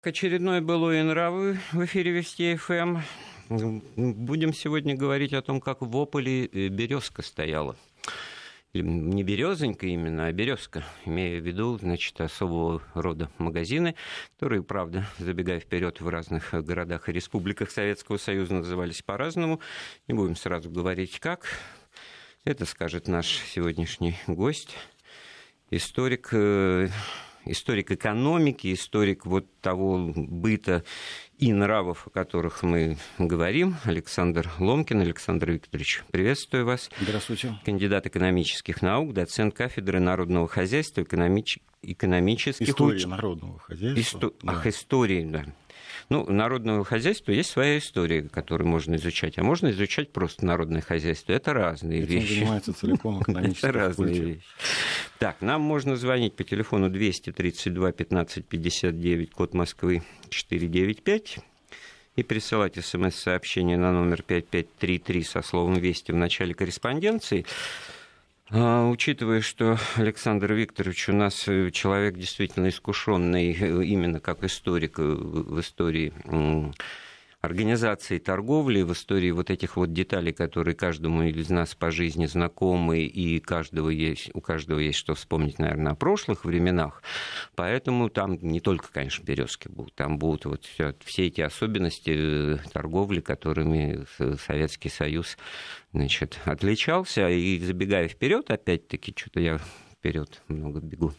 Очередной «Былое и нравы» в эфире Вести ФМ. Будем сегодня говорить о том, как в Ополе березка стояла. Не березонька именно, а березка, имея в виду, значит, особого рода магазины, которые, правда, забегая вперед, в разных городах и республиках Советского Союза назывались по-разному. Не будем сразу говорить, как. Это скажет наш сегодняшний гость, историк экономики, историк вот того быта и нравов, о которых мы говорим, Александр Ломкин. Александр Викторович, приветствую вас. Здравствуйте. Кандидат экономических наук, доцент кафедры народного хозяйства, экономических... Истории народного хозяйства. Истории, да. Ну, народного хозяйства есть своя история, которую можно изучать, а можно изучать просто народное хозяйство. Это разные Этим вещи. занимается целиком экономическая Это разные культура. вещи. Так, нам можно звонить по телефону 232 15 59, код Москвы 495, и присылать смс-сообщение на номер 5533 со словом «Вести» в начале корреспонденции. Учитывая, что Александр Викторович у нас человек действительно искушенный именно как историк в истории организации торговли, в истории вот этих вот деталей, которые каждому из нас по жизни знакомы, и у каждого есть что вспомнить, наверное, о прошлых временах. Поэтому там не только, конечно, березки будут, там будут вот все эти особенности торговли, которыми Советский Союз, значит, отличался. И забегая вперед, опять-таки, что-то я вперед много бегу.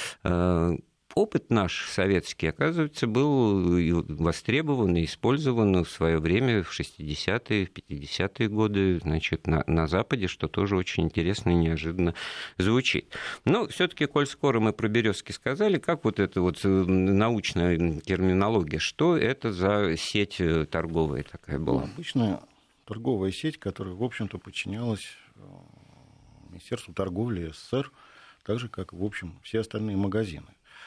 Опыт наш советский, оказывается, был востребован и использован в свое время, в 60-е, 50-е годы, значит, на Западе, что тоже очень интересно и неожиданно звучит. Но все-таки, коль скоро мы про березки сказали, как вот эта вот научная терминология, что это за сеть торговая такая была? Обычная торговая сеть, которая, в общем-то, подчинялась Министерству торговли СССР, так же, как, в общем, все остальные магазины.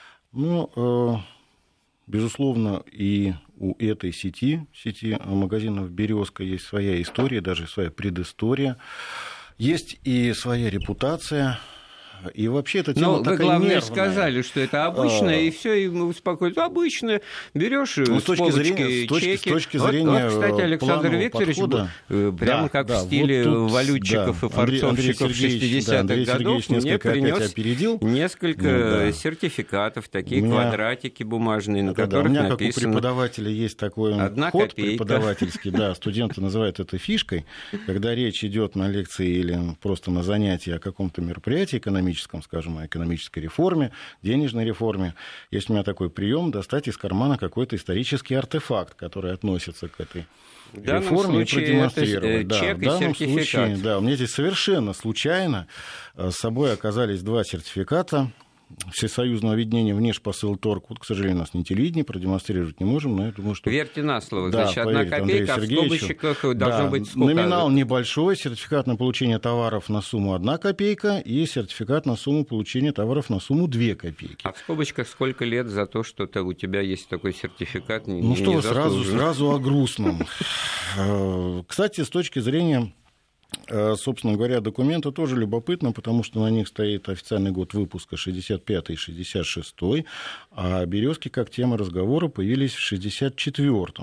Ну, безусловно, и у этой сети магазинов «Березка» есть своя история, даже своя предыстория, есть и своя репутация. И вообще эта тема такая вы, главное, нервная. Сказали, что это обычное, и все, и успокоить. Обычное. Берешь с точки зрения, чеки. С точки зрения кстати, Александр Викторович подхода, прямо как в стиле вот тут, валютчиков и форцовщиков 60-х годов, мне принес несколько сертификатов, такие квадратики бумажные, на которых написано. У меня, написано... как у преподавателя, есть такой ход преподавательский, студенты называют это фишкой, когда речь идет на лекции или просто на занятии о каком-то мероприятии экономическом, скажем, о экономической реформе, денежной реформе. Есть у меня такой прием достать из кармана какой-то исторический артефакт, который относится к этой реформе, и продемонстрировать. Чек в и данном сертификат. случае, у меня здесь совершенно случайно с собой оказались два сертификата Всесоюзного объединения Внешпосылторг. Вот, к сожалению, у нас не телевидение, продемонстрировать не можем, но я думаю, что... Верьте на слово. Значит, 1 копейка, а в скобочках должно быть сколько? Номинал небольшой, сертификат на получение товаров на сумму 1 копейка и сертификат на сумму получения товаров на сумму 2 копейки. А в скобочках сколько лет за то, что у тебя есть такой сертификат? Сразу о грустном. Кстати, с точки зрения... Собственно говоря, документы тоже любопытны, потому что на них стоит официальный год выпуска 65-й, 66-й, а березки как тема разговора появились в 64-м.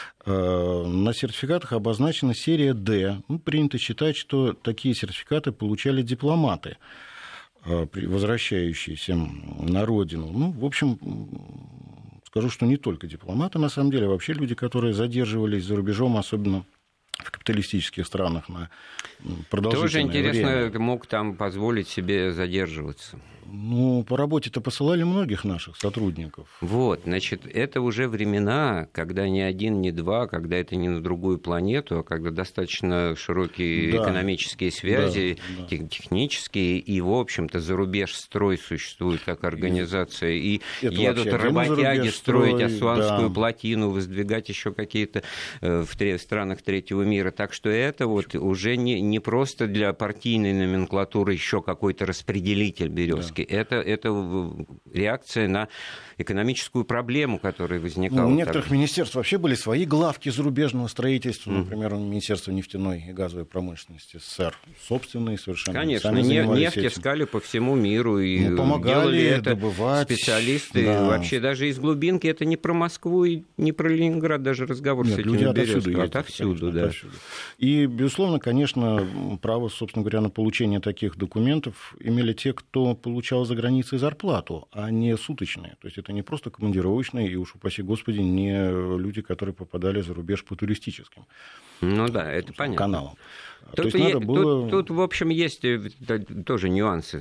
На сертификатах обозначена серия «Д». Принято считать, что такие сертификаты получали дипломаты, возвращающиеся на родину. В общем, скажу, что не только дипломаты, на самом деле, а вообще люди, которые задерживались за рубежом, особенно в капиталистических странах на продолжительное время. Тоже интересно, мог там позволить себе задерживаться. По работе-то посылали многих наших сотрудников. Вот, значит, это уже времена, когда ни один, ни два, когда это не на другую планету, а когда достаточно широкие экономические связи, технические, и, в общем-то, за рубеж строй существует как организация, и едут работяги строить Асуанскую плотину, воздвигать еще какие-то в странах третьего мира. Так что это вот уже не просто для партийной номенклатуры еще какой-то распределитель березки. Это реакция на экономическую проблему, которая возникала. У некоторых министерств вообще были свои главки зарубежного строительства, например, Министерство нефтяной и газовой промышленности СССР, собственные совершенно. Конечно, нефть искали по всему миру, и помогали это добывать. Специалисты. Да. Вообще даже из глубинки, это не про Москву и не про Ленинград даже разговор с этим не берется. Отовсюду, да. И, безусловно, конечно, право, собственно говоря, на получение таких документов имели те, кто получал за границей зарплату, а не суточные. То есть это не просто командировочные, и уж, упаси Господи, не люди, которые попадали за рубеж по туристическим каналам. Тут, в общем, есть тоже нюансы.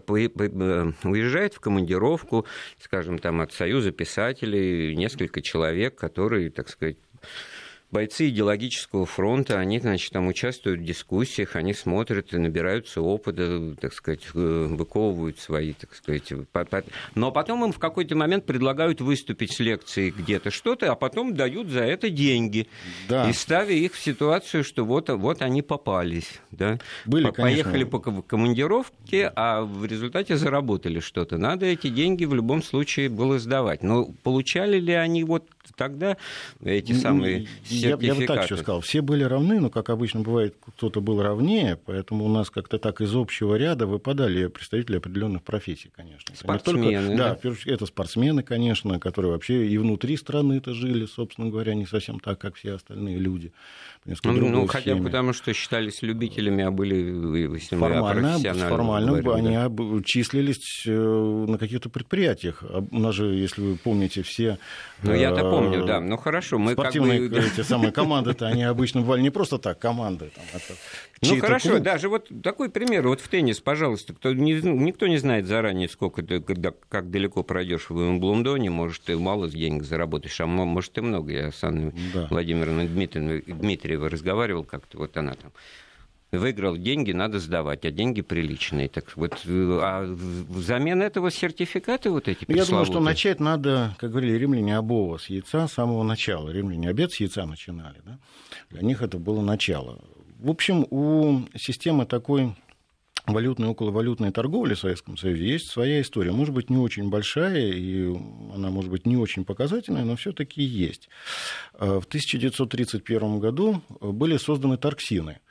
Уезжает в командировку, скажем, там, от Союза писателей несколько человек, которые, так сказать, бойцы идеологического фронта, они, значит, там участвуют в дискуссиях, они смотрят и набираются опыта, так сказать, выковывают свои, так сказать. Но потом им в какой-то момент предлагают выступить с лекцией где-то что-то, а потом дают за это деньги. Да. И ставя их в ситуацию, что вот они попались. Да? Поехали по командировке, а в результате заработали что-то. Надо эти деньги в любом случае было сдавать. Но получали ли они вот тогда эти самые сертификаты? Я бы так еще сказал. Все были равны, но, как обычно бывает, кто-то был равнее, поэтому у нас как-то так из общего ряда выпадали представители определенных профессий, конечно. Спортсмены. Да, это спортсмены, конечно, которые вообще и внутри страны-то жили, собственно говоря, не совсем так, как все остальные люди. Хотя бы потому, что считались любителями, а были профессиональными. Формально они числились на каких-то предприятиях. У нас же, если вы помните, все... я-то помню, да. Ну, хорошо. Мы спортивные эти самые команды-то, они обычно бывали не просто так, команды. Хорошо, клуб. Даже вот такой пример. Вот в теннис, пожалуйста, никто не знает заранее, как далеко пройдешь в Уимблдоне. Может, ты мало денег заработаешь, а может, и много. Я с Анной Владимировной Дмитриевой разговаривал как-то, вот она там выиграл, деньги надо сдавать, а деньги приличные. Так вот, а взамен этого сертификаты вот эти пресловутые? Я думаю, что начать надо, как говорили римляне, обова с яйца с самого начала. Римляне обед с яйца начинали, да? Для них это было начало. В общем, у системы такой валютной, околовалютной торговли в Советском Союзе есть своя история. Может быть, не очень большая, и она может быть не очень показательная, но все-таки есть. В 1931 году были созданы торксины.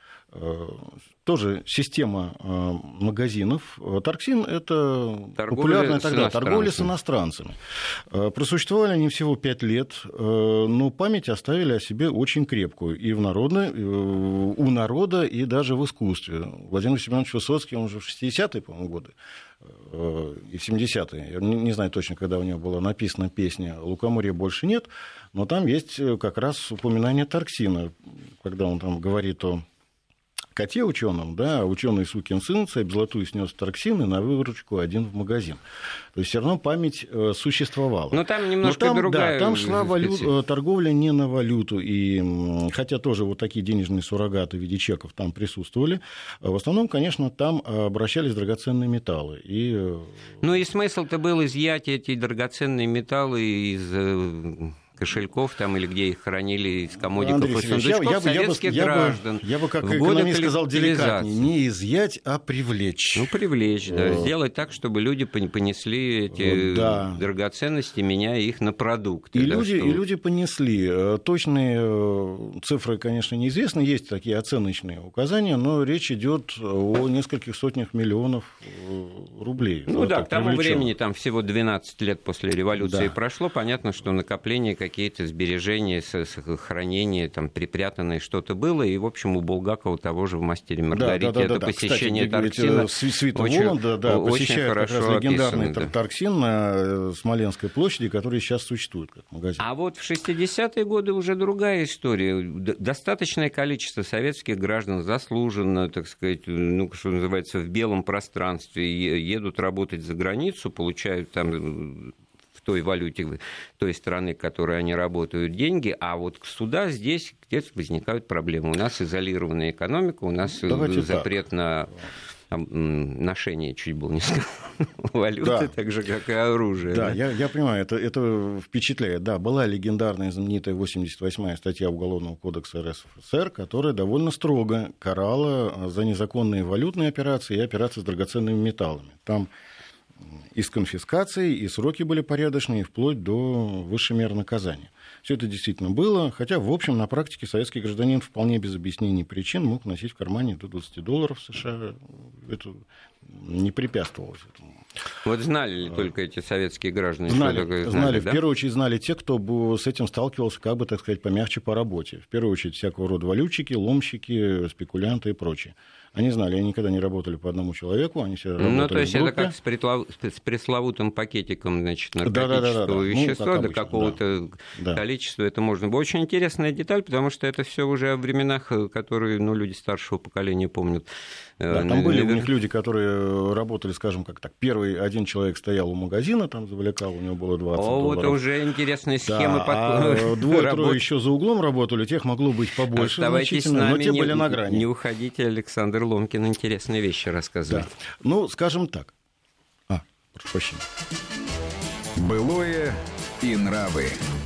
Тоже система магазинов. Торксин – это популярная тогда торговля с иностранцами. Просуществовали они всего 5 лет, но память оставили о себе очень крепкую и у народа, и даже в искусстве. Владимир Семенович Высоцкий, он же в 60-е, по-моему, годы, и в 70-е, я не знаю точно, когда у него была написана песня «Лукоморья больше нет», но там есть как раз упоминание торксина, когда он там говорит о коте ученым, да, ученый сукин сын цепь золотую снес торксин и на выручку один в магазин. То есть все равно память существовала. Но там немножко другая. Да, там шла торговля не на валюту, и хотя тоже вот такие денежные суррогаты в виде чеков там присутствовали, в основном, конечно, там обращались драгоценные металлы. И смысл-то был изъять эти драгоценные металлы из кошельков там, или где их хранили, из комодиков и сундучков советских граждан. Я бы, как экономист, сказал деликатнее, не изъять, а привлечь. Привлечь, да. Сделать так, чтобы люди понесли эти драгоценности, меняя их на продукты. И люди понесли. Точные цифры, конечно, неизвестны, есть такие оценочные указания, но речь идет о нескольких сотнях миллионов рублей. К тому времени там всего 12 лет после революции прошло, понятно, что накопление какие-то сбережения, хранения, там, припрятанное что-то было, и, в общем, у Булгакова того же в «Мастере Маргарите» это посещение Торксина Свита Воланда, посещает как раз легендарный Торксин на Смоленской площади, который сейчас существует как магазин. А вот в 60-е годы уже другая история. Достаточное количество советских граждан заслуженно, так сказать, что называется, в белом пространстве, едут работать за границу, получают там в той валюте той страны, в которой они работают, деньги, а вот сюда, здесь где-то возникают проблемы. У нас изолированная экономика, у нас запрет на ношение, чуть было не сказал, валюты, так же, как и оружие. Да, я понимаю, это впечатляет. Да, была легендарная, знаменитая 88-я статья Уголовного кодекса РСФСР, которая довольно строго карала за незаконные валютные операции и операции с драгоценными металлами. Там и с конфискацией, и сроки были порядочные, вплоть до высшей меры наказания. Все это действительно было, хотя, в общем, на практике советский гражданин вполне без объяснений причин мог носить в кармане до $20 в США. Это не препятствовалось этому. Вот знали ли только эти советские граждане? Знали. Да? В первую очередь знали те, кто с этим сталкивался, как бы, так сказать, помягче по работе. В первую очередь всякого рода валютчики, ломщики, спекулянты и прочее. Они знали, они никогда не работали по одному человеку, они все работали в группе. Ну, то есть это как с пресловутым пакетиком, значит, наркотического вещества до какого-то количества. Это можно было. Очень интересная деталь, потому что это все уже о временах, которые люди старшего поколения помнят. Да, там были у них люди, которые работали, скажем, как так. Первый один человек стоял у магазина, там завлекал, у него было $20. Вот уже интересные схемы. А двое-трое еще за углом работали, тех могло быть побольше значительно, но те были на грани. Не уходите, Александр Ломкин интересные вещи рассказывает. Да. Ну, скажем так. Прошу прощения. Былое и нравы.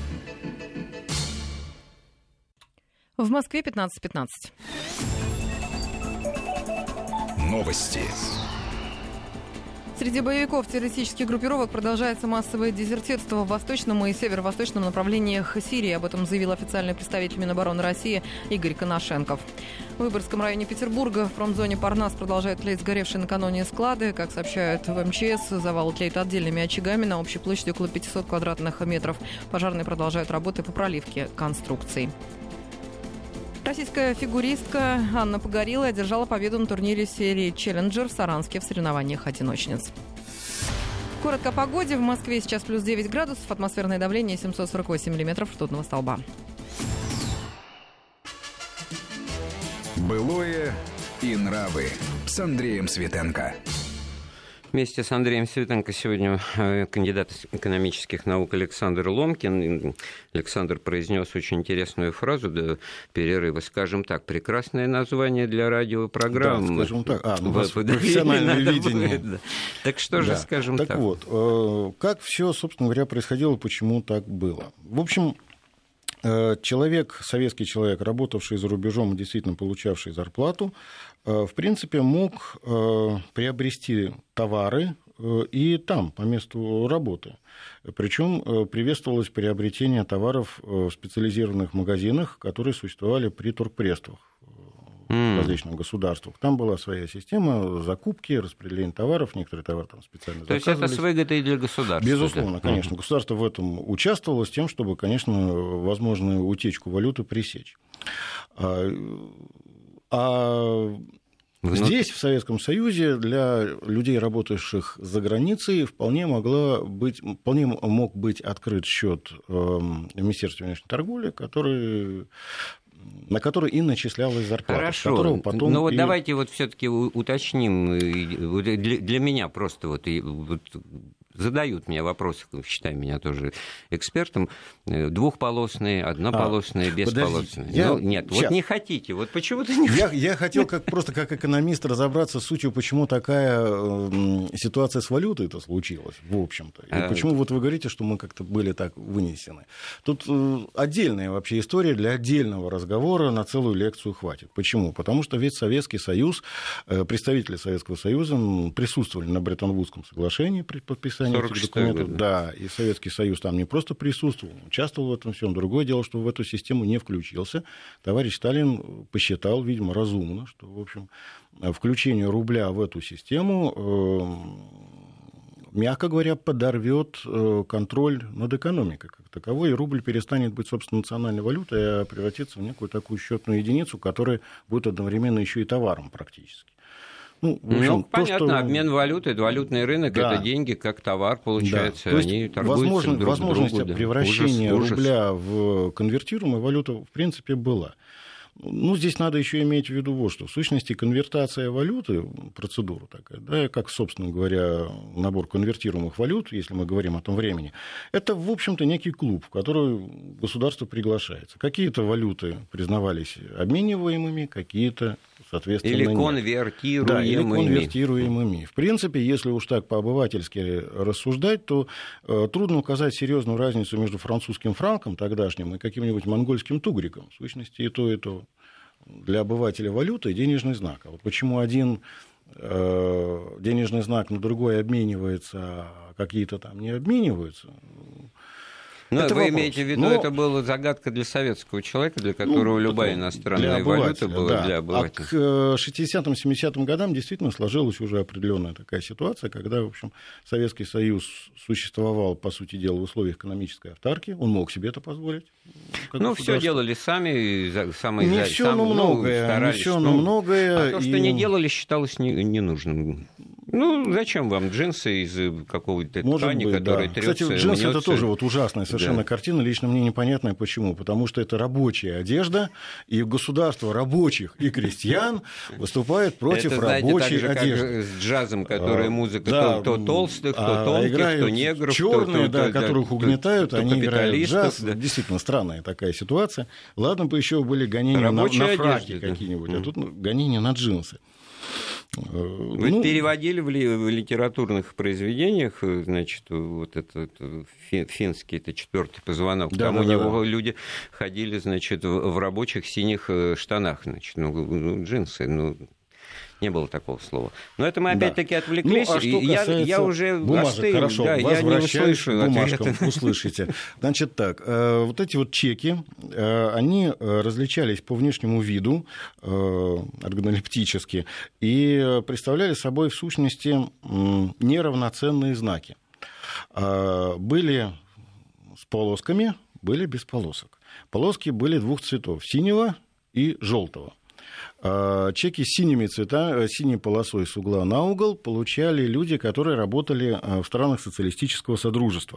В Москве 15:15. Новости. Среди боевиков террористических группировок продолжается массовое дезертирство в восточном и северо-восточном направлениях Сирии. Об этом заявил официальный представитель Минобороны России Игорь Коношенков. В Выборгском районе Петербурга в промзоне Парнас продолжают тлеть сгоревшие накануне склады. Как сообщают в МЧС, завалы тлеют отдельными очагами на общей площади около 500 квадратных метров. Пожарные продолжают работы по проливке конструкций. Российская фигуристка Анна Погорелая одержала победу на турнире серии «Челленджер» в Саранске в соревнованиях одиночниц. Коротко о погоде. В Москве сейчас плюс 9 градусов, атмосферное давление 748 миллиметров ртутного столба. Былое и нравы с Андреем Светенко. Вместе с Андреем Светенко сегодня кандидат экономических наук Александр Ломкин. Александр произнес очень интересную фразу до перерыва. Скажем так, прекрасное название для радиопрограммы. Да, скажем так. У вас профессиональное видение. Да. Так что же скажем так? Так вот, как все, собственно говоря, происходило, почему так было? В общем, советский человек, работавший за рубежом и действительно получавший зарплату, в принципе, мог приобрести товары и там, по месту работы. Причем приветствовалось приобретение товаров в специализированных магазинах, которые существовали при торгпредствах в различных государствах. Там была своя система закупки, распределения товаров, некоторые товары там специально заказывались. То есть это с выгодой для государства? Безусловно, конечно. Государство в этом участвовало с тем, чтобы, конечно, возможную утечку валюты пресечь. Здесь, в Советском Союзе, для людей, работающих за границей, вполне мог быть открыт счет в Министерстве внешней торговли, на который и начислялась зарплата. Хорошо, но вот давайте вот все-таки уточним, для меня просто задают мне вопросы, считай меня тоже экспертом, двухполосные, однополосные, бесполосные. Нет, вот не хотите, вот почему-то не хотите. Я хотел просто как экономист разобраться с сутью, почему такая ситуация с валютой-то случилась, в общем-то. И почему вот вы говорите, что мы как-то были так вынесены. Тут отдельная вообще история для отдельного разговора, на целую лекцию хватит. Почему? Потому что весь Советский Союз, представители Советского Союза присутствовали на Бреттон-Вудском соглашении при подписании этих документов. Да, и Советский Союз там не просто присутствовал, участвовал в этом всем. Другое дело, что в эту систему не включился. Товарищ Сталин посчитал, видимо, разумно, что, в общем, включение рубля в эту систему, мягко говоря, подорвет контроль над экономикой как таковой, и рубль перестанет быть, собственно, национальной валютой, а превратится в некую такую счетную единицу, которая будет одновременно еще и товаром практически. Понятно, обмен валюты, это валютный рынок, это деньги как товар, получается, да. они торгуются друг с другом. Возможность превращения рубля в конвертируемую валюту, в принципе, была. Здесь надо еще иметь в виду вот что. В сущности, конвертация валюты, процедура такая, да, как, собственно говоря, набор конвертируемых валют, если мы говорим о том времени, это, в общем-то, некий клуб, в который государство приглашается. Какие-то валюты признавались обмениваемыми, какие-то, соответственно, или конвертируемыми. Да, или конвертируемыми. В принципе, если уж так по-обывательски рассуждать, то трудно указать серьезную разницу между французским франком тогдашним и каким-нибудь монгольским тугриком. В сущности, и то для обывателя валюта и денежный знак. А вот почему один денежный знак на другой обменивается, а какие-то там не обмениваются. Но это вы вопрос. имеете в виду, это была загадка для советского человека, для которого любая иностранная валюта была для обывателя. А к 60-м, 70-м годам действительно сложилась уже определенная такая ситуация, когда, в общем, Советский Союз существовал, по сути дела, в условиях экономической автарки, он мог себе это позволить. Ну, все делали сами, не все, но многое. Старались. Не все, но многое. А то, что не делали, считалось ненужным. Ну, зачем вам джинсы из какого-то ткани, которая трётся, кстати, джинсы мнётся? это тоже вот ужасная совершенно картина. Лично мне непонятная, почему. Потому что это рабочая одежда, и государство рабочих и крестьян выступает против это, знаете, рабочей так же, одежды. Как с джазом, которая музыка то толстых, то тонких, то негров, черные, которых угнетают, то они играют джаз. Да. Действительно странная такая ситуация. Ладно бы еще были гонения на фраки какие-нибудь, а тут гонения на джинсы. Вы переводили в литературных произведениях, значит, вот этот финский, это четвертый позвонок, там у него люди ходили, значит, в рабочих синих штанах, значит, джинсы, не было такого слова. Но это мы опять-таки отвлеклись. Ну, а что касается я уже бумажек, хорошо, я не услышу бумажкам, услышите. Значит так, вот эти вот чеки, они различались по внешнему виду, органолептически, и представляли собой, в сущности, неравноценные знаки. Были с полосками, были без полосок. Полоски были двух цветов, синего и желтого. Чеки с синими цветами, синей полосой с угла на угол получали люди, которые работали в странах социалистического содружества.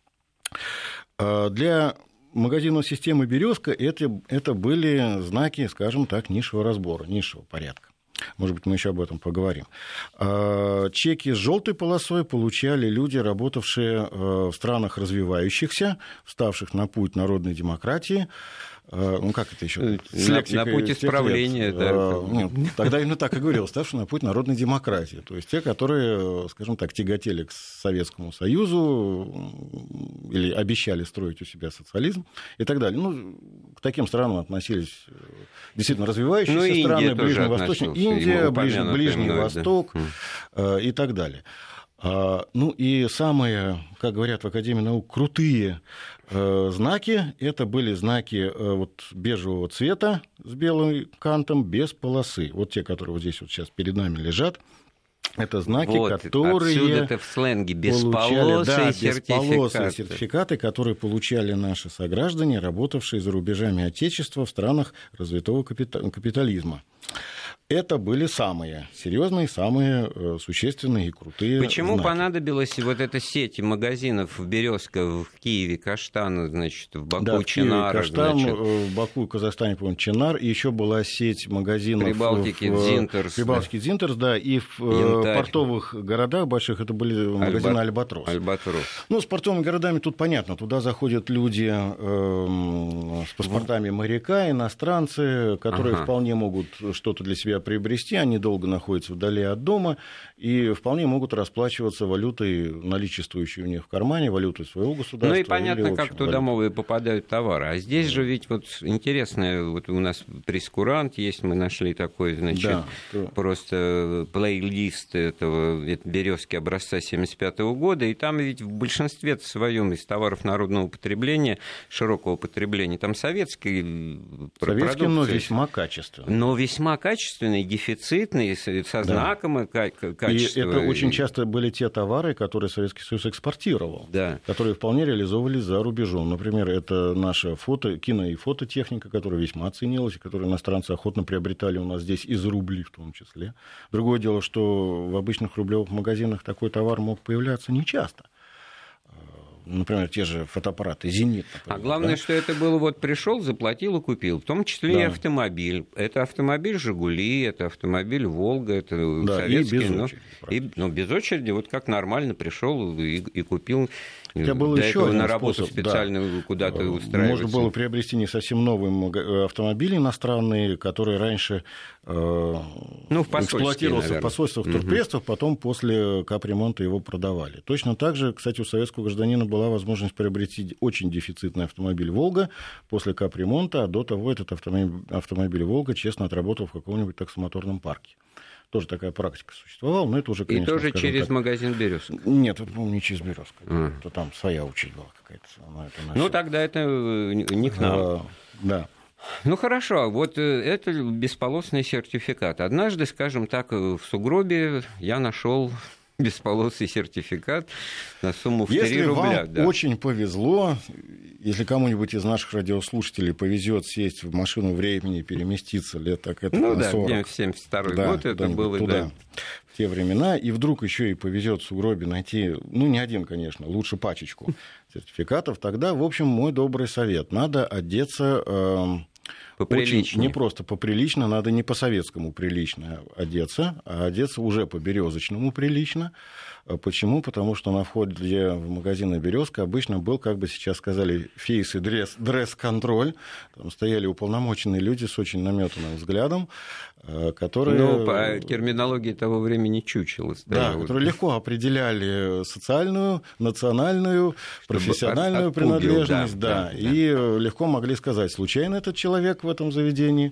Для магазинов системы «Березка» это были знаки, скажем так, низшего разбора, низшего порядка. Может быть, мы еще об этом поговорим. Чеки с желтой полосой получали люди, работавшие в странах развивающихся, вставших на путь народной демократии. Ну, как это еще? На путь исправления. Нет, тогда именно так и говорил, ставшие на путь народной демократии. То есть те, которые, скажем так, тяготели к Советскому Союзу или обещали строить у себя социализм и так далее. Ну, к таким странам относились действительно развивающиеся страны, Ближневосточные, Индия, Ближний Восток и так далее. Ну и самые, как говорят в Академии наук, крутые знаки, это были знаки вот бежевого цвета с белым кантом, без полосы. Вот те, которые вот здесь вот сейчас перед нами лежат, это знаки, которые отсюда-то в сленге бесполосые сертификаты, которые получали наши сограждане, работавшие за рубежами Отечества в странах развитого капитализма. Это были самые серьезные, самые существенные и крутые Почему знаки. Понадобилась вот эта сеть магазинов «Березка» в Киеве, Каштан, значит, в Баку, Чинар? Каштан, в Баку, Казахстане, по-моему, Чинар. И еще была сеть магазинов Прибалтики, Дзинтерс. Прибалтики, Дзинтерс, да. И в портовых городах больших это были магазины «Альбатрос». Ну, с портовыми городами тут понятно. Туда заходят люди с паспортами моряка, иностранцы, которые вполне могут что-то для себя приобрести, они долго находятся вдали от дома и вполне могут расплачиваться валютой, наличествующей у них в кармане, валютой своего государства. Ну и понятно, как туда попадают товары. А здесь же ведь вот интересно, вот у нас прейскурант есть, мы нашли такой, значит, просто плейлист этого «Березки» образца 1975 года, и там ведь в большинстве своем из товаров народного потребления, широкого потребления, там советский, но весьма качественный. Но весьма качественный, дефицитный, со знаком качества. И это очень часто были те товары, которые Советский Союз экспортировал, которые вполне реализовывались за рубежом. Например, это наша кино- и фототехника, которая весьма ценилась, и которую иностранцы охотно приобретали у нас здесь из рублей в том числе. Другое дело, что в обычных рублевых магазинах такой товар мог появляться нечасто. Например, те же фотоаппараты «Зенит». Например, а главное, что это было вот пришел, заплатил и купил. В том числе и автомобиль. Это автомобиль «Жигули», это автомобиль «Волга», это советский. И без очереди. Без очереди, вот как нормально пришел и купил. Хотя был До еще этого один на работу способ, специально куда-то устраиваться. Можно было приобрести не совсем новые автомобили иностранные, которые раньше эксплуатировался в посольствах, турпредствах, потом после капремонта его продавали. Точно так же, кстати, у советского гражданина была возможность приобрести очень дефицитный автомобиль «Волга» после капремонта, а до того этот автомобиль «Волга» честно отработал в каком-нибудь таксомоторном парке. Тоже такая практика существовала, но это уже, конечно, и тоже через магазин «Березка»? Нет, это, по-моему, не через «Березка». Это там своя очередь была какая-то. Ну, тогда это не к нам. Да. Ну, хорошо, вот это бесполосный сертификат. Однажды, скажем так, в сугробе я нашел бесполосый сертификат на сумму в 3 если рубля. Вам очень повезло, если кому-нибудь из наших радиослушателей повезет сесть в машину времени и переместиться лет так это ну, на 40. Ну да, 72-й год это было. Туда, да. в те времена, и вдруг еще и повезет в сугробе найти, ну, не один, конечно, лучше пачечку сертификатов, тогда, в общем, мой добрый совет. Надо одеться... Очень не просто поприлично, надо не по-советскому прилично одеться, а одеться уже по-березочному прилично. Почему? Потому что на входе в магазин «Березка» обычно был, как бы сейчас сказали, фейс и дресс-контроль. Там стояли уполномоченные люди с очень наметанным взглядом, которые... Ну, по терминологии того времени чучело. Да, которые легко определяли социальную, национальную, профессиональную принадлежность. Да. И легко могли сказать, случайно этот человек в этом заведении,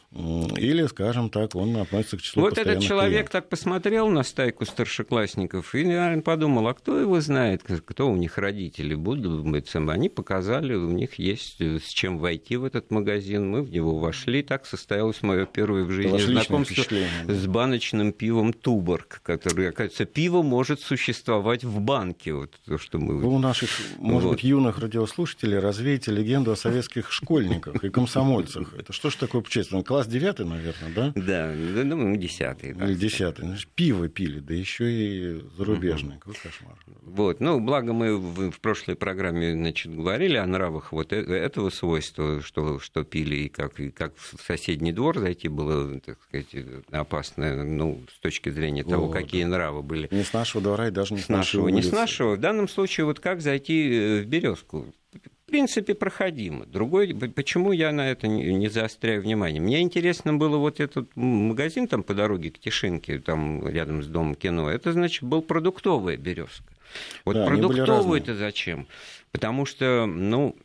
или, скажем так, он относится к числу вот постоянных этот человек клиентов. Так посмотрел на стайку старшеклассников и, наверное, подумал, а кто его знает, кто у них родители будут. Они показали, у них есть с чем войти в этот магазин. Мы в него вошли. Так состоялось мое первое в жизни знакомство с баночным пивом «Туборг», который, оказывается, пиво может существовать в банке. Вот то, что мы... Вы у наших, может быть, юных радиослушателей развеете легенду о советских школьниках и комсомольцах. Это что ж такое общественное? Класс 9, наверное, да? Да, ну, 10-й. Да. Или 10-й. Значит, пиво пили, да еще и зарубежное. Какой кошмар. Вот. Ну, благо мы в прошлой программе, значит, говорили о нравах вот этого свойства, что пили, и как в соседний двор зайти было, так сказать, опасно, ну, с точки зрения того, какие нравы были. Не с нашего двора и даже не с нашего улицы. Не с нашего. В данном случае, вот как зайти в «Березку»? В принципе, проходимо. Другой, почему я на это не заостряю внимание? Мне интересно было вот этот магазин там по дороге к Тишинке, там рядом с Домом кино. Это, значит, был продуктовая «Березка». Вот да, продуктовую-то зачем? Потому что, ну...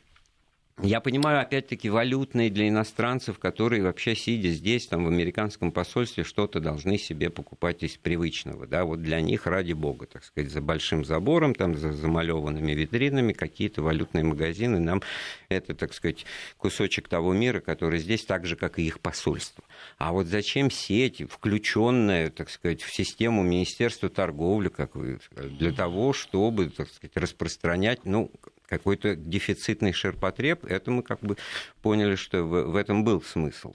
Я понимаю, опять-таки, валютные для иностранцев, которые вообще, сидя здесь, там, в американском посольстве, что-то должны себе покупать из привычного. Да? Вот для них, ради бога, так сказать, за большим забором, там, за замалеванными витринами, какие-то валютные магазины. Нам это, так сказать, кусочек того мира, который здесь, так же, как и их посольство. А вот зачем сеть, включенная, так сказать, в систему Министерства торговли, как вы сказали, для того, чтобы, так сказать, распространять, ну, какой-то дефицитный ширпотреб, это мы как бы поняли, что в этом был смысл.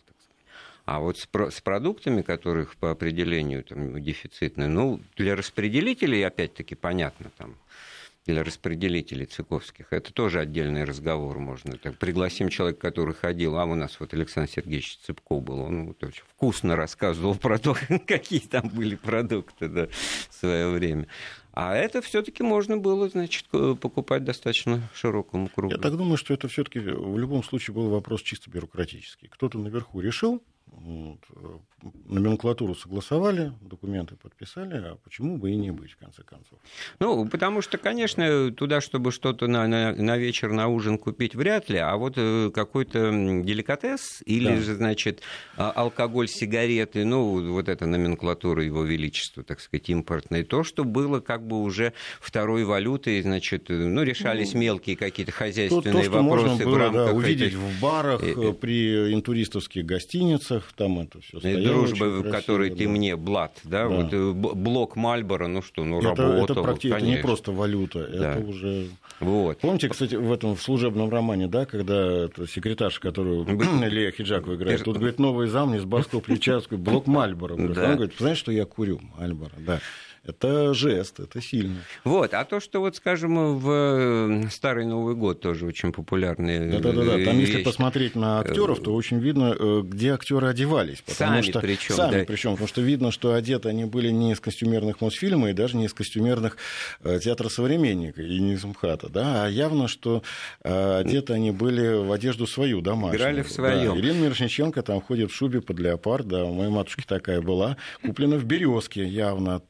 А вот с продуктами, которых по определению там, дефицитны, ну, для распределителей, опять-таки, понятно, там, для распределителей цыковских, это тоже отдельный разговор можно. Так, пригласим человека, который ходил, а у нас вот Александр Сергеевич Цыпков был, он вот очень вкусно рассказывал про то, какие там были продукты, да, в свое время. А это все-таки можно было, значит, покупать достаточно широкому кругу. Я так думаю, что это все-таки в любом случае был вопрос чисто бюрократический. Кто-то наверху решил, вот, номенклатуру согласовали, документы подписали, а почему бы и не быть, в конце концов? Ну, потому что, конечно, туда, чтобы что-то на вечер, на ужин купить, вряд ли, а вот какой-то деликатес или же, значит, алкоголь, сигареты, ну, вот эта номенклатура Его Величества, так сказать, импортная, то, что было как бы уже второй валютой, значит, ну, решались мелкие какие-то хозяйственные вопросы можно было, в рамках увидеть в барах, при интуристовских гостиницах, там это все стояло. Дружба, в которой ты мне, блат, да? Вот блок Мальборо, ну что, ну работал, это практически не просто валюта, это уже... Вот. Помните, кстати, в служебном романе, да, когда секретарша, которую Лея Хиджакова играет, тут, говорит, новый зам, не с барского плеча, блок Мальборо. Он говорит, знаешь, что я курю Мальборо, да. Это жест, это сильно. Вот, а то, что, вот, скажем, в Старый Новый год тоже очень популярные Да-да-да, там, если посмотреть на актеров, то очень видно, где актеры одевались. Сами причем, потому что видно, что одеты они были не из костюмерных Мосфильма и даже не из костюмерных Театра Современника и не из МХАТа, да, а явно, что одеты они были в одежду свою, домашнюю. Играли в своем. Да. Ирина Мирошниченко там ходит в шубе под леопард, да, у моей матушки такая была, куплена в «Березке» явно оттуда,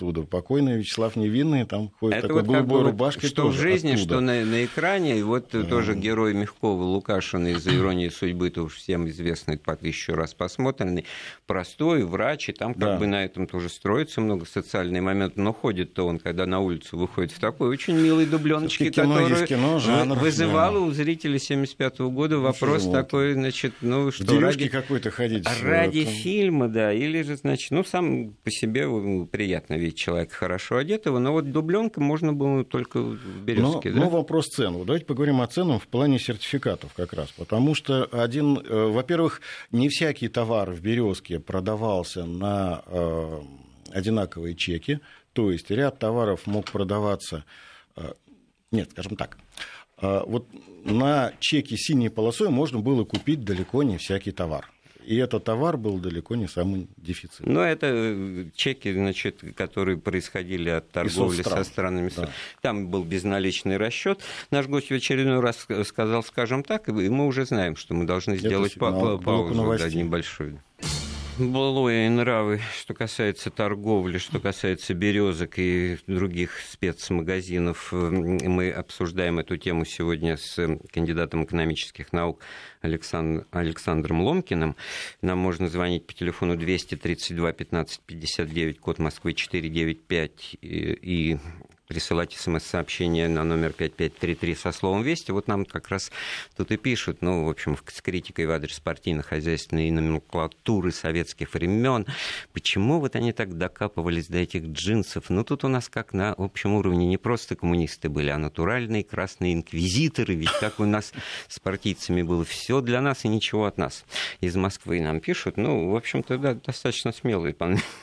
покойный Вячеслав Невинный, там ходит это такой вот голубой рубашкой. Что в жизни, оттуда. что на экране. И вот тоже герой Мягкова Лукашин из «Иронии судьбы», это уж всем известный, еще раз посмотренный, простой врач, и там как бы на этом тоже строится много социальный момент, но ходит-то он, когда на улицу выходит, в такой очень милой дубленочке, которая вызывала у зрителей 1975 года вопрос такой, значит, ну что, ради какой-то ходить. Ради фильма, да, или же, значит, ну, сам по себе приятно видеть человека хорошо одетого, но вот дубленка можно было только в «Березке», да? Ну, вопрос цен. Давайте поговорим о ценах в плане сертификатов как раз, потому что во-первых, не всякий товар в «Березке» продавался на одинаковые чеки, то есть ряд товаров мог продаваться, нет, скажем так, вот на чеке синей полосой можно было купить далеко не всякий товар. И этот товар был далеко не самый дефицитный. Ну, это чеки, значит, которые происходили от торговли со странами. Да. Там был безналичный расчет. Наш гость в очередной раз сказал, скажем так, и мы уже знаем, что мы должны сделать паузу небольшую. Былое и нравы, что касается торговли, что касается «Березок» и других спецмагазинов. Мы обсуждаем эту тему сегодня с кандидатом экономических наук Александром Ломкиным. Нам можно звонить по телефону 232 15 59, код Москвы 495, и присылать смс-сообщение на номер 5533 со словом «Вести». Вот нам как раз тут и пишут, ну, в общем, с критикой в адрес партийно-хозяйственной номенклатуры советских времен. Почему вот они так докапывались до этих джинсов? Ну, тут у нас как на общем уровне не просто коммунисты были, а натуральные красные инквизиторы. Ведь как у нас с партийцами было все для нас и ничего от нас. Из Москвы нам пишут. Ну, в общем-то, да, достаточно смелые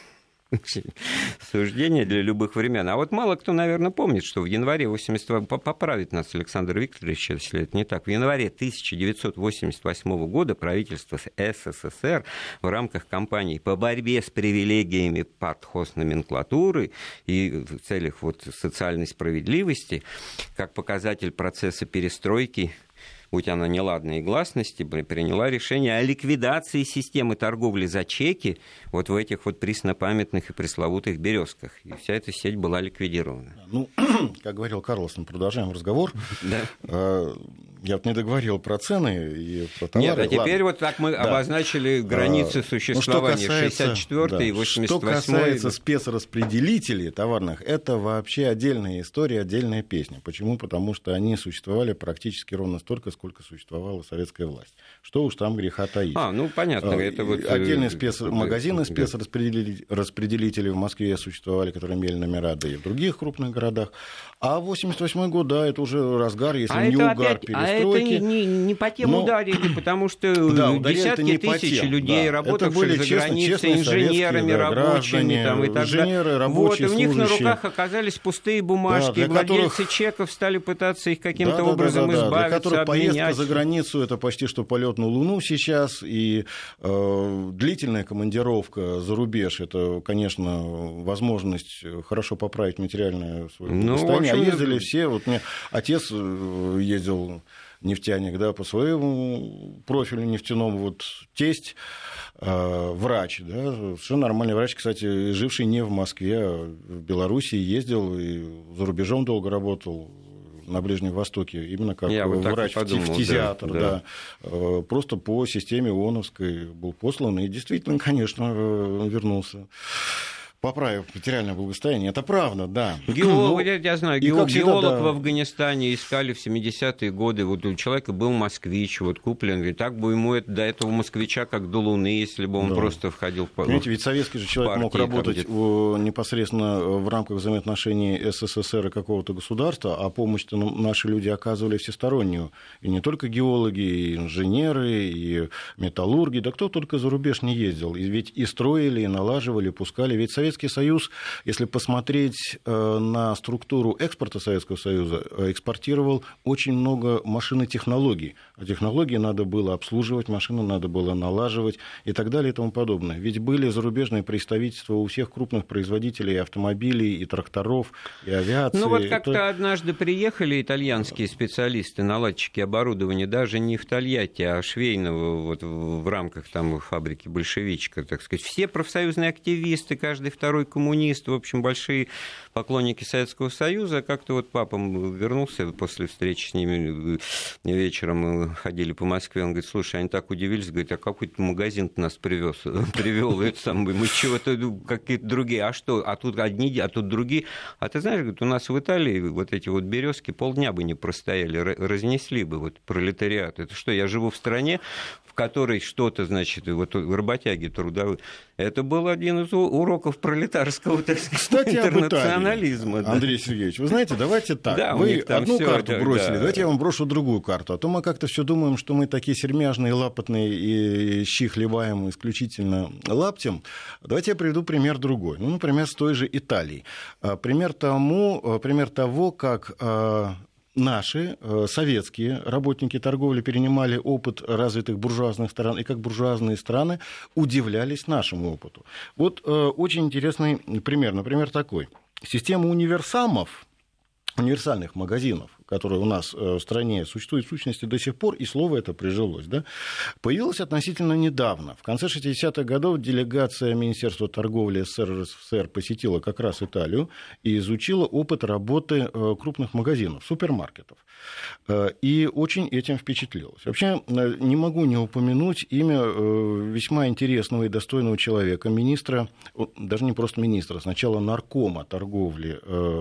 суждения для любых времен. А вот мало кто, наверное, помнит, что в январе 82... Поправит нас Александр Викторович, если это не так. В январе 1988 года правительство СССР в рамках кампании по борьбе с привилегиями партхозноменклатуры и в целях вот социальной справедливости, как показатель процесса перестройки, будь она неладной и гласности, приняла решение о ликвидации системы торговли за чеки вот в этих вот преснопамятных и пресловутых «Березках». И вся эта сеть была ликвидирована. Ну, как говорил Карлсон, продолжаем разговор. Да. Я вот не договорил про цены и про товары. Нет, а теперь вот так мы обозначили границы существования 64-й и 88-й. Что касается спецраспределителей товарных, это вообще отдельная история, отдельная песня. Почему? Потому что они существовали практически ровно столько, сколько существовала советская власть. Что уж там греха таить. Ну, понятно. Это вот... Отдельные спецмагазины, спецраспределители в Москве существовали, которые имели номера, да и в других крупных городах. А 88-й год, да, это уже разгар, если не угар перестройки. А это не по тем ударили, потому что десятки тысяч людей, работавших за границей, инженерами, рабочими там, и так далее. Инженеры, рабочие, вот, у них на руках оказались пустые бумажки, владельцы чеков стали пытаться их каким-то образом избавиться, для которых обменять. Поездка за границу — это почти что полет на Луну сейчас, и длительная командировка за рубеж — это, конечно, возможность хорошо поправить материальное свое состояние. А ездили все, вот мне отец ездил, нефтяник, да, по своему профилю нефтяному, вот тесть, врач, да, совершенно нормальный врач, кстати, живший не в Москве, а в Белоруссии, ездил и за рубежом долго работал, на Ближнем Востоке, именно как врач-фтизиатр, да. Просто по системе ООНовской был послан, и действительно, конечно, вернулся, поправив материальное благосостояние. Это правда, да. Я знаю, геолог в Афганистане искали в 70-е годы. Вот у человека был москвич, вот куплен. И так бы ему до этого москвича, как до Луны, если бы он просто входил в Понимаете, ведь советский же человек мог работать непосредственно в рамках взаимоотношений СССР и какого-то государства, а помощь-то наши люди оказывали всестороннюю. И не только геологи, и инженеры, и металлурги, да кто только за рубеж не ездил. И ведь и строили, и налаживали, пускали. Ведь Советский Союз, если посмотреть на структуру экспорта Советского Союза, экспортировал очень много машин и технологий. А технологии надо было обслуживать, машины надо было налаживать и так далее и тому подобное. Ведь были зарубежные представительства у всех крупных производителей автомобилей, и тракторов, и авиации. Ну вот как-то однажды приехали итальянские специалисты, наладчики оборудования, даже не в Тольятти, а Швейного, вот в рамках там фабрики «Большевичка», так сказать. Все профсоюзные активисты, каждый второй коммунист, в общем, большие поклонники Советского Союза. Как-то вот папа вернулся после встречи с ними вечером, мы ходили по Москве, он говорит: слушай, они так удивились, говорит, а какой-то магазин нас привел, мы чего-то, какие-то другие, а что, а тут одни, а тут другие. А ты знаешь, говорит, у нас в Италии вот эти вот березки полдня бы не простояли, разнесли бы вот пролетариат. Это что, я живу в стране, в которой что-то, значит, вот работяги трудовые. Это был один из уроков пролетарского, так сказать, кстати, интернационализма. Да. Андрей Сергеевич, вы знаете, давайте так. Да, вы одну карту бросили, давайте я вам брошу другую карту. А то мы как-то все думаем, что мы такие сермяжные, лапотные и щи хлебаем исключительно лаптем. Давайте я приведу пример другой. Ну, например, с той же Италии. Пример того, как наши советские работники торговли перенимали опыт развитых буржуазных стран, и как буржуазные страны удивлялись нашему опыту. Вот очень интересный пример. Например, такой. Система универсамов, универсальных магазинов, которые у нас в стране существуют в сущности до сих пор, и слово это прижилось, да, появилась относительно недавно. В конце 60-х годов делегация Министерства торговли СССР посетила как раз Италию и изучила опыт работы крупных магазинов, супермаркетов. И очень этим впечатлилась. Вообще не могу не упомянуть имя весьма интересного и достойного человека, министра, даже не просто министра, сначала наркома торговли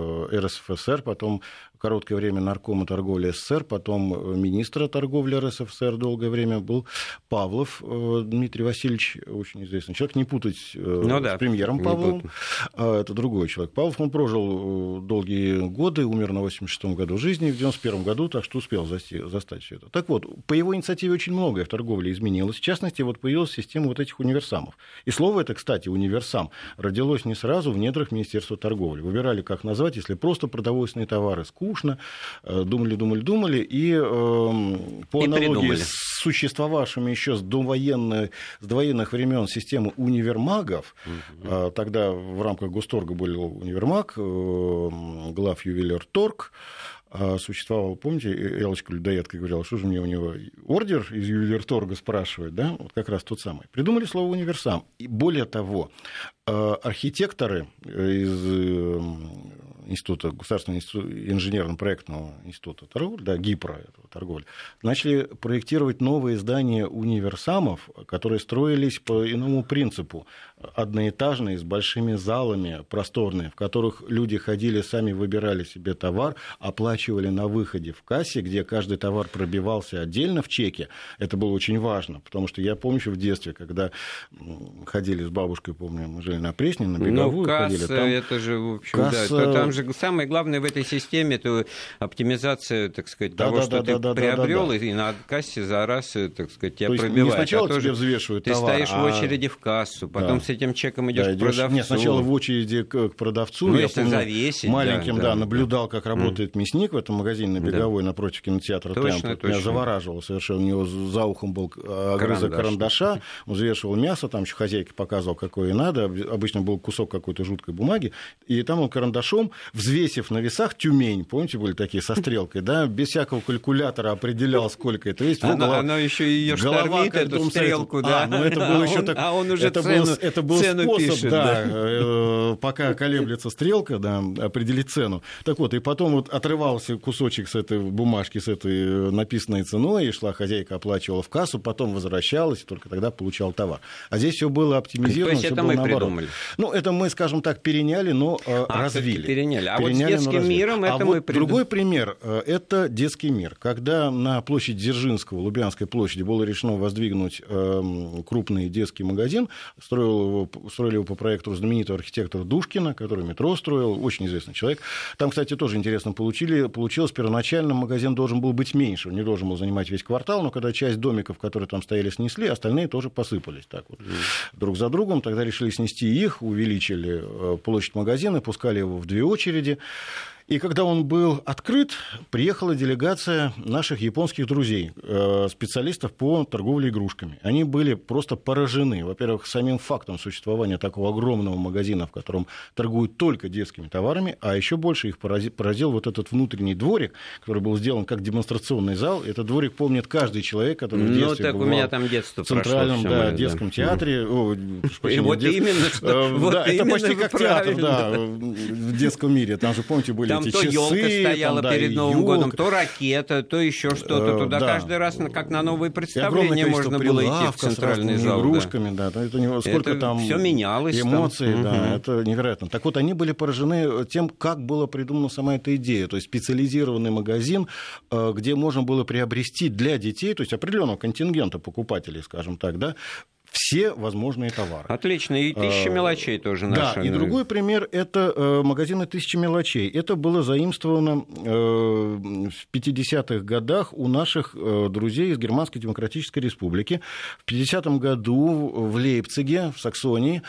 РСФСР, потом короткое время наркома торговли СССР, потом министра торговли РСФСР долгое время был Павлов Дмитрий Васильевич, очень известный человек, не путать с премьером Павловым, это другой человек. Павлов, он прожил долгие годы, умер на 86-м году жизни, в 91-м году, так что успел застать все это. Так вот, по его инициативе очень многое в торговле изменилось, в частности, вот появилась система вот этих универсамов. И слово это, кстати, универсам, родилось не сразу в недрах Министерства торговли. Выбирали, как назвать, если просто продовольственные товары, скучно, думали, и по аналогии с существовавшими еще с довоенных времен системы универмагов, тогда в рамках Госторга был универмаг, главювелирторг, существовал, помните, Элочка Людоедка говорила, что же мне у него ордер из ювелирторга спрашивает, да, вот как раз тот самый. Придумали слово универсам. И более того, архитекторы из института, Государственного инженерно-проектного института торговли, да, ГИПРа торговли, начали проектировать новые здания универсамов, которые строились по иному принципу. Одноэтажные, с большими залами, просторные, в которых люди ходили, сами выбирали себе товар, оплачивали на выходе в кассе, где каждый товар пробивался отдельно в чеке. Это было очень важно, потому что я помню еще в детстве, когда ходили с бабушкой, помню, мы жили на Пресне, на Беговую касса, ходили. Там это же, в общем, касса... да, там же самое главное в этой системе, это оптимизация, так сказать, того, что ты приобрел, и на кассе за раз, так сказать, тебя пробивают. Не сначала тебе взвешивают ты товар, стоишь в очереди в кассу, потом с этим чеком идешь к продавцу. Нет, сначала в очереди к продавцу. Ну, я если помню, завесить, маленьким, наблюдал, как работает мясник в этом магазине на Беговой, напротив кинотеатра «Темп». Меня завораживало совершенно. У него за ухом был огрызок карандаша, он взвешивал мясо, там еще хозяйка показывал, какое надо. Обычно был кусок какой-то жуткой бумаги, и там он карандашом, взвесив на весах Тюмень, помните, были такие со стрелкой, да, без всякого калькулятора определял, сколько это весит. Оно еще ее штормит, эту стрелку, да. Это был еще так. А он уже это был цену способ, пишет, да, пока колеблется стрелка, да, определить цену. Так вот, и потом вот отрывался кусочек с этой бумажки, с этой написанной ценой, и шла хозяйка, оплачивала в кассу, потом возвращалась, и только тогда получал товар. А здесь все было оптимизировано, все было наоборот. Придумали. Ну, это мы, скажем так, переняли, но развили. Переняли. А вот с детским миром это мы придумали. Другой пример – это детский мир. Когда на площади Дзержинского, Лубянской площади, было решено воздвигнуть крупный детский магазин, строили его по проекту знаменитого архитектора Душкина, который метро строил, очень известный человек. Там, кстати, тоже интересно получилось. Первоначально магазин должен был быть меньше, он не должен был занимать весь квартал, но когда часть домиков, которые там стояли, снесли, остальные тоже посыпались так вот друг за другом. Тогда решили снести их, увеличили площадь магазина, пускали его в две очереди. И когда он был открыт, приехала делегация наших японских друзей, специалистов по торговле игрушками. Они были просто поражены, во-первых, самим фактом существования такого огромного магазина, в котором торгуют только детскими товарами, а еще больше их поразил вот этот внутренний дворик, который был сделан как демонстрационный зал. Этот дворик помнит каждый человек, который в детстве бывал у меня там детство в Центральном детском театре. Это почти как театр, да, в детском мире. Там же, помните, были эти часы. Там то елка стояла перед Новым годом, то ракета, то еще что-то. Туда каждый раз, как на новые представления, можно было идти в центральный зал. Игрушками, да. Сколько там все менялось. Эмоций, да, это невероятно. Так вот, они были поражены тем, как была придумана сама эта идея. То есть специализированный магазин, где можно было приобрести для детей, то есть определенного контингента покупателей, скажем так, да, все возможные товары. Отлично, и «Тысяча мелочей» тоже наша. Да, и другой пример – это магазины «Тысяча мелочей». Это было заимствовано в 50-х годах у наших друзей из Германской Демократической Республики. В 50-м году в Лейпциге, в Саксонии,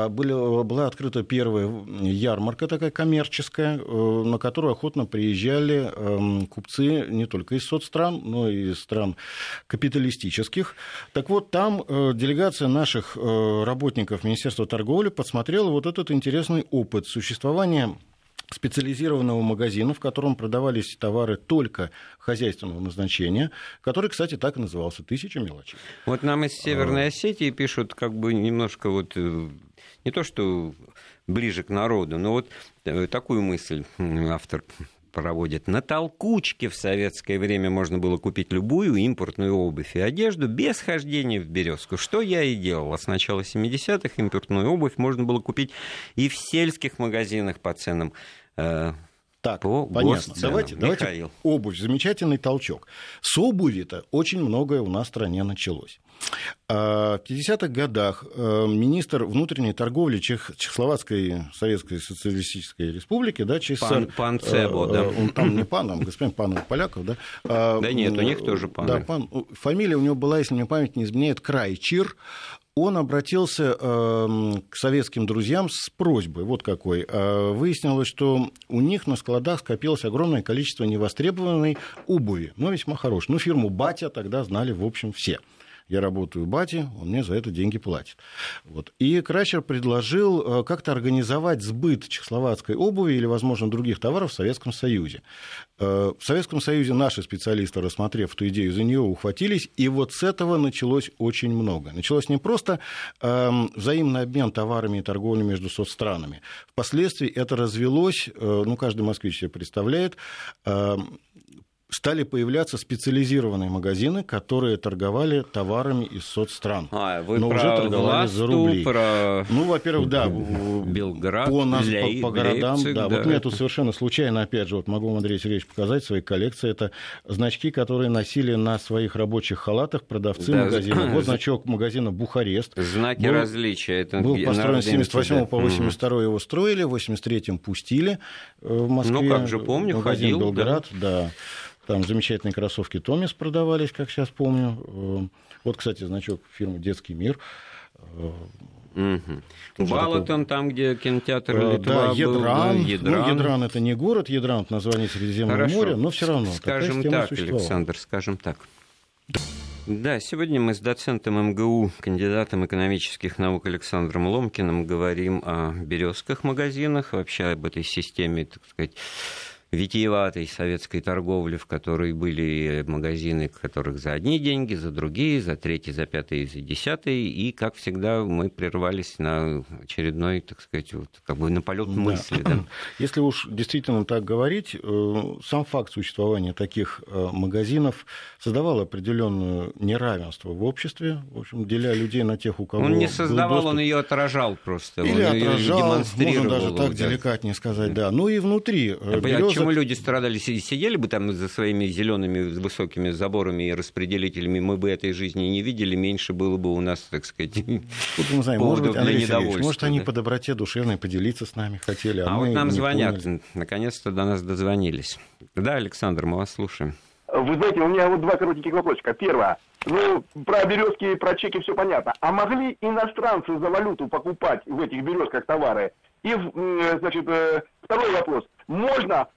была открыта первая ярмарка такая коммерческая, на которую охотно приезжали купцы не только из соцстран, но и из стран капиталистических. Так вот, там делегация наших работников Министерства торговли подсмотрела вот этот интересный опыт существования специализированного магазина, в котором продавались товары только хозяйственного назначения, который, кстати, так и назывался «Тысяча мелочей». Вот нам из Северной Осетии пишут как бы немножко вот не то, что ближе к народу, но вот такую мысль автор проводит. На толкучке в советское время можно было купить любую импортную обувь и одежду без хождения в «Березку». Что я и делал. С начала 70-х импортную обувь можно было купить и в сельских магазинах по ценам. Так, по понятно. Госценам. Давайте обувь. Замечательный толчок. С обуви-то очень многое у нас в стране началось. В 50-х годах министр внутренней торговли Чехословацкой Советской Социалистической Республики, да, ЧССР... Пан Цебо, да. Он там не пан, господин Панов Поляков, да? Да нет, у них тоже пан. Да, пан. Фамилия у него была, если мне память не изменяет, Крайчир. Он обратился к советским друзьям с просьбой, вот какой. Выяснилось, что у них на складах скопилось огромное количество невостребованной обуви, но весьма хорошей. Ну, фирму «Батя» тогда знали, в общем, все. Я работаю в «Бате», он мне за это деньги платит. Вот. И Крайчер предложил как-то организовать сбыт чехословацкой обуви или, возможно, других товаров в Советском Союзе. В Советском Союзе наши специалисты, рассмотрев эту идею, за нее ухватились, и вот с этого началось очень много. Началось не просто взаимный обмен товарами и торговлей между соцстранами. Впоследствии это развелось, ну, каждый москвич себе представляет, стали появляться специализированные магазины, которые торговали товарами из соцстран. Вы но про уже торговали Власту, за рубли. про Ну, во-первых, да, Белград, по городам. Лейпциг, Да. Вот мне тут совершенно случайно, опять же, вот могу вам, Андрей Сергеевич, показать свои коллекции. Это значки, которые носили на своих рабочих халатах продавцы магазина. Вот значок магазина «Бухарест». Знаки различия. Это был построен с 78 по 82 его строили, в 83-м пустили в Москве. Ну, как же помню, магазин ходил. Белград, да. Там замечательные кроссовки «Томис» продавались, как сейчас помню. Вот, кстати, значок фирмы «Детский мир». Балатон, там, где кинотеатр Литва да, Ядран. был. Ядран – это не город, Ядран – это название Средиземного моря, но все равно. Скажем так, Александр, скажем так. Да, сегодня мы с доцентом МГУ, кандидатом экономических наук Александром Ломкиным говорим о «Березках» магазинах, вообще об этой системе, так сказать, витиеватой советской торговли, в которой были магазины, которых за одни деньги, за другие, за третьи, за пятые, за десятые. И, как всегда, мы прервались на очередной, так сказать, вот, как бы на полет мысли. Да. Если уж действительно так говорить, сам факт существования таких магазинов создавал определенное неравенство в обществе, в общем, деля людей на тех, у кого он не создавал, был он ее отражал просто. Или он отражал, демонстрировал. можно даже так деликатнее сказать, да. Ну и внутри березок... Почему люди страдали, сидели бы там за своими зелеными высокими заборами и распределителями, мы бы этой жизни не видели, меньше было бы у нас, так сказать, тут мы знаем, может быть, Андрей Сергеевич, может, они по доброте душевной поделиться с нами хотели, а вот нам звонят, наконец-то до нас дозвонились. Да, Александр, мы вас слушаем. Вы знаете, у меня вот два коротеньких вопросика. Первое. Ну, про березки, про чеки все понятно. А могли иностранцы за валюту покупать в этих березках товары? И, значит, второй вопрос. Можно в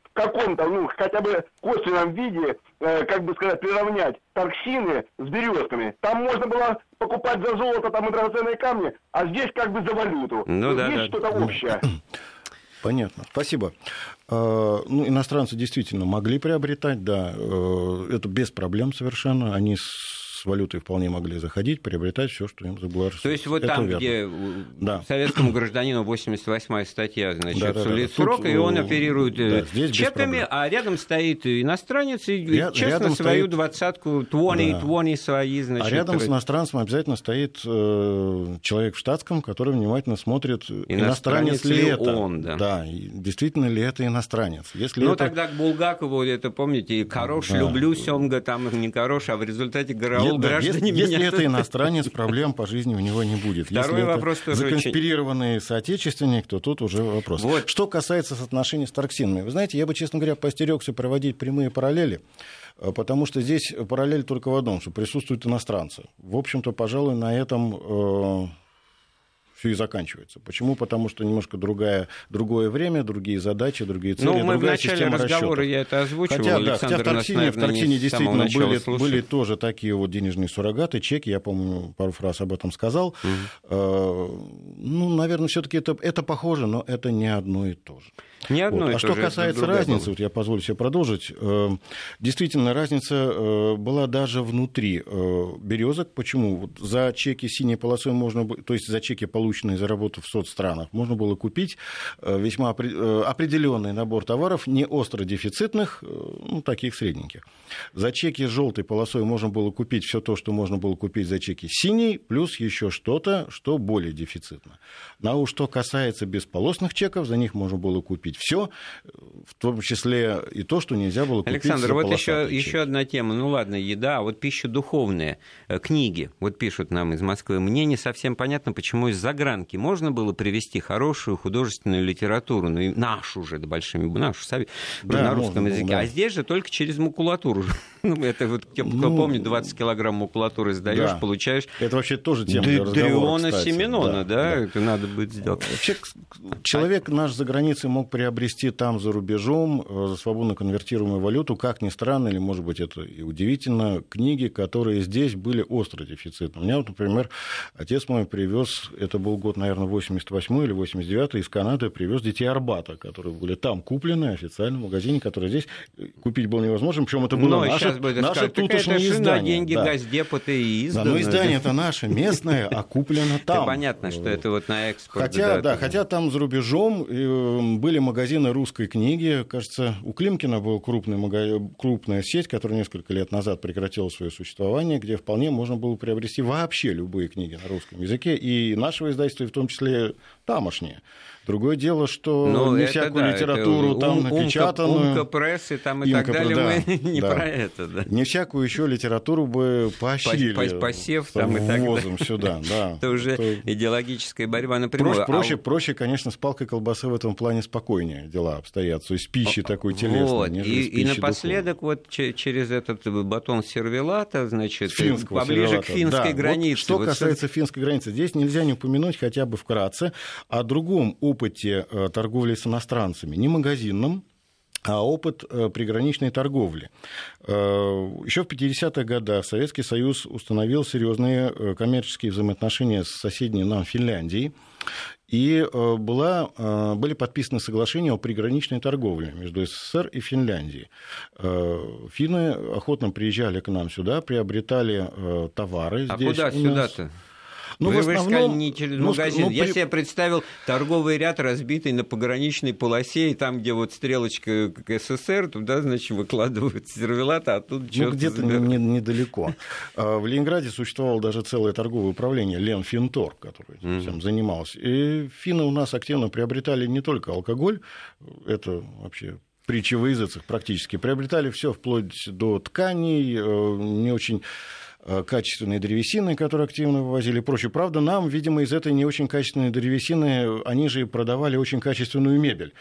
в каком-то, ну, хотя бы косвенном виде, как бы сказать, приравнять торксины с березками. Там можно было покупать за золото там и драгоценные камни, а здесь как бы за валюту. Ну, да, есть что-то общее. Понятно, спасибо. Ну, иностранцы действительно могли приобретать, да, это без проблем совершенно. Они с валютой вполне могли заходить, приобретать все, что им заблагорассудится. То есть вот это там, верно. где советскому гражданину 88-я статья, значит, сулит Тут, срок, и он оперирует чеками, а рядом стоит иностранец и честно свою двадцатку, 20 свои, значит. А рядом с иностранцем обязательно стоит человек в штатском, который внимательно смотрит, иностранец ли это. Он, да, действительно ли это иностранец. Если ну, это... тогда к Булгакову, это помните, хорош, люблю, семга, там не хорош, а в результате Гараул граждане меня... Если это иностранец, проблем по жизни у него не будет. Второй вопрос тоже законспирированный соотечественник, то тут уже вопрос. Вот. Что касается соотношений с торксинами, вы знаете, я бы, честно говоря, поостерегся проводить прямые параллели, потому что здесь параллель только в одном, что присутствуют иностранцы. В общем-то, пожалуй, на этом все и заканчивается. Почему? Потому что немножко другое время, другие задачи, другие цели, мы другая в начале система разговора расчёта. я это озвучивал. Хотя в Торксине действительно были тоже такие вот денежные суррогаты, чеки, я, помню, пару фраз об этом сказал. Ну, наверное, все-таки это похоже, но это не одно и то же. Не одно и то же. А что касается разницы, вот я позволю себе продолжить, действительно, разница была даже внутри березок. Почему? Вот за чеки синей полосой можно было, то есть за чеки, полученные за работу в соцстранах, можно было купить весьма определенный набор товаров, не остро дефицитных, ну, таких средненьких. За чеки с желтой полосой можно было купить все то, что можно было купить за чеки синей, плюс еще что-то, что более дефицитно. А уж что касается бесполосных чеков, за них можно было купить все, в том числе и то, что нельзя было купить. Александр, вот еще одна тема. Ну ладно, еда, а вот пища духовная, книги. Вот пишут нам из Москвы. Мне не совсем понятно, почему из загранки можно было привезти хорошую художественную литературу, ну и нашу же, нашу на русском языке. Да. А здесь же только через макулатуру. Это вот, кто помнит, 20 килограмм макулатуры сдаешь, получаешь. Это вообще тоже тема для разговора, кстати. Семенона, да, это надо будет сделать. Вообще, человек наш за границей мог приобрести там, за рубежом, за свободно конвертируемую валюту, как ни странно, или, может быть, это и удивительно, книги, которые здесь были остро дефицитны. У меня, вот, например, отец мой привез, это был год, наверное, 88-й или 89-й, из Канады привез «Детей Арбата», которые были там куплены официально в магазине, которые здесь купить было невозможно, причем это было наше тутошнее издание. На деньги Газдепа-то и издано. Да, но издание-то наше, местное, а куплено там. Понятно, что это вот на экспорт. Хотя там за рубежом были магазины русской книги. Кажется, у Климкина была крупная сеть, которая несколько лет назад прекратила свое существование, где вполне можно было приобрести вообще любые книги на русском языке, и нашего издательства, и в том числе тамошние. Другое дело, что не всякую литературу там напечатанную... Умка прессы там и так далее, мы не про это. Да. Не всякую еще литературу бы поощрили. Посев там и так далее. Сюда, да. Это уже идеологическая борьба напрямую. Проще, конечно, с палкой колбасы в этом плане спокойнее дела обстоят. То есть пищи такой телесной, нежели и напоследок вот через этот батон сервелата, значит, поближе к финской границе. Вот, что касается финской границы, здесь нельзя не упомянуть хотя бы вкратце о другом опыте торговли с иностранцами, не магазинном, а опыт приграничной торговли. Еще в 50-х годах Советский Союз установил серьезные коммерческие взаимоотношения с соседней нам Финляндией, и были подписаны соглашения о приграничной торговле между СССР и Финляндией. Финны охотно приезжали к нам сюда, приобретали товары. А здесь куда сюда-то? Вы же сказали, не через магазин. Я себе представил торговый ряд, разбитый на пограничной полосе, и там, где вот стрелочка к СССР, туда, значит, выкладывают сервелаты, а тут что-то где-то недалеко. В Ленинграде существовало даже целое торговое управление Ленфинторг, которое этим занималось. И финны у нас активно приобретали не только алкоголь, это вообще... притча во языцах практически. Приобретали все вплоть до тканей, не очень качественные древесины, которые активно вывозили и прочее. Правда, нам, видимо, из этой не очень качественной древесины они же и продавали очень качественную мебель.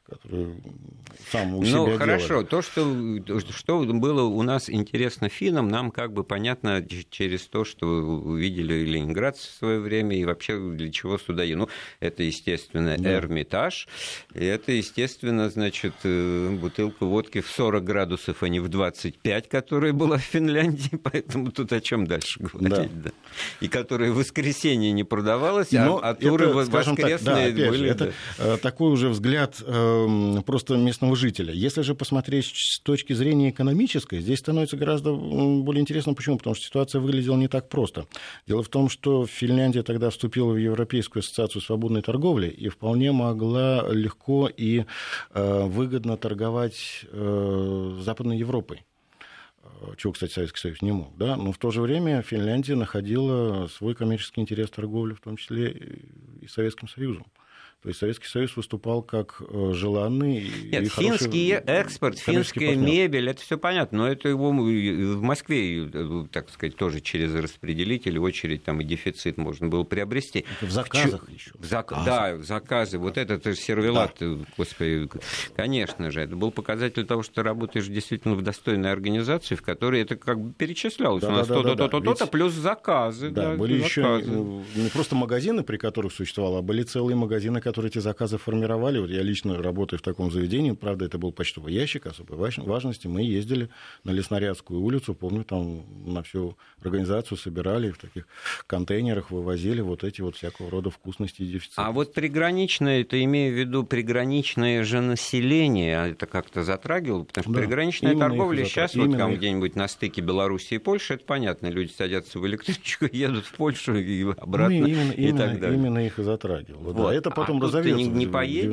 которые сам у себя делали. Ну, хорошо. То, что было у нас интересно финнам, нам как бы понятно через то, что увидели Ленинград в свое время, и вообще для чего сюда едут. Ну, это, естественно, Эрмитаж, и это, естественно, значит, бутылка водки в 40 градусов, а не в 25, которая была в Финляндии, поэтому тут о чем дальше говорить, да. И которая в воскресенье не продавалась, а туры воскресные были. Это такой уже взгляд просто местного жителя. Если же посмотреть с точки зрения экономической, здесь становится гораздо более интересно. Почему? Потому что ситуация выглядела не так просто. Дело в том, что Финляндия тогда вступила в Европейскую ассоциацию свободной торговли и вполне могла легко и выгодно торговать с Западной Европой. Чего, кстати, Советский Союз не мог. Да? Но в то же время Финляндия находила свой коммерческий интерес в торговле, в том числе и с Советским Союзом. То есть Советский Союз выступал как желанный. Нет, финский экспорт, финская мебель, это все понятно, но это его в Москве, так сказать, тоже через распределитель, очередь там и дефицит можно было приобрести. Это в заказах еще. Да, заказы. Вот этот сервелат, господи, конечно же, это был показатель того, что ты работаешь действительно в достойной организации, в которой это как бы перечислялось. У нас то-то, плюс заказы. Да, были еще не просто магазины, при которых существовало, а были целые магазины, которые эти заказы формировали. Вот я лично работаю в таком заведении, правда, это был почтовый ящик особой важности. Мы ездили на Леснорядскую улицу, помню, там на всю организацию собирали, в таких контейнерах вывозили вот эти вот всякого рода вкусности и дефициты. А вот приграничное, это имею в виду приграничное же население, это как-то затрагивало? Потому что приграничная торговля сейчас вот там где-нибудь на стыке Беларуси и Польши, это понятно, люди садятся в электричку, едут в Польшу и обратно, и так далее. Именно их и затрагивало. Вот. Да, это потом ты не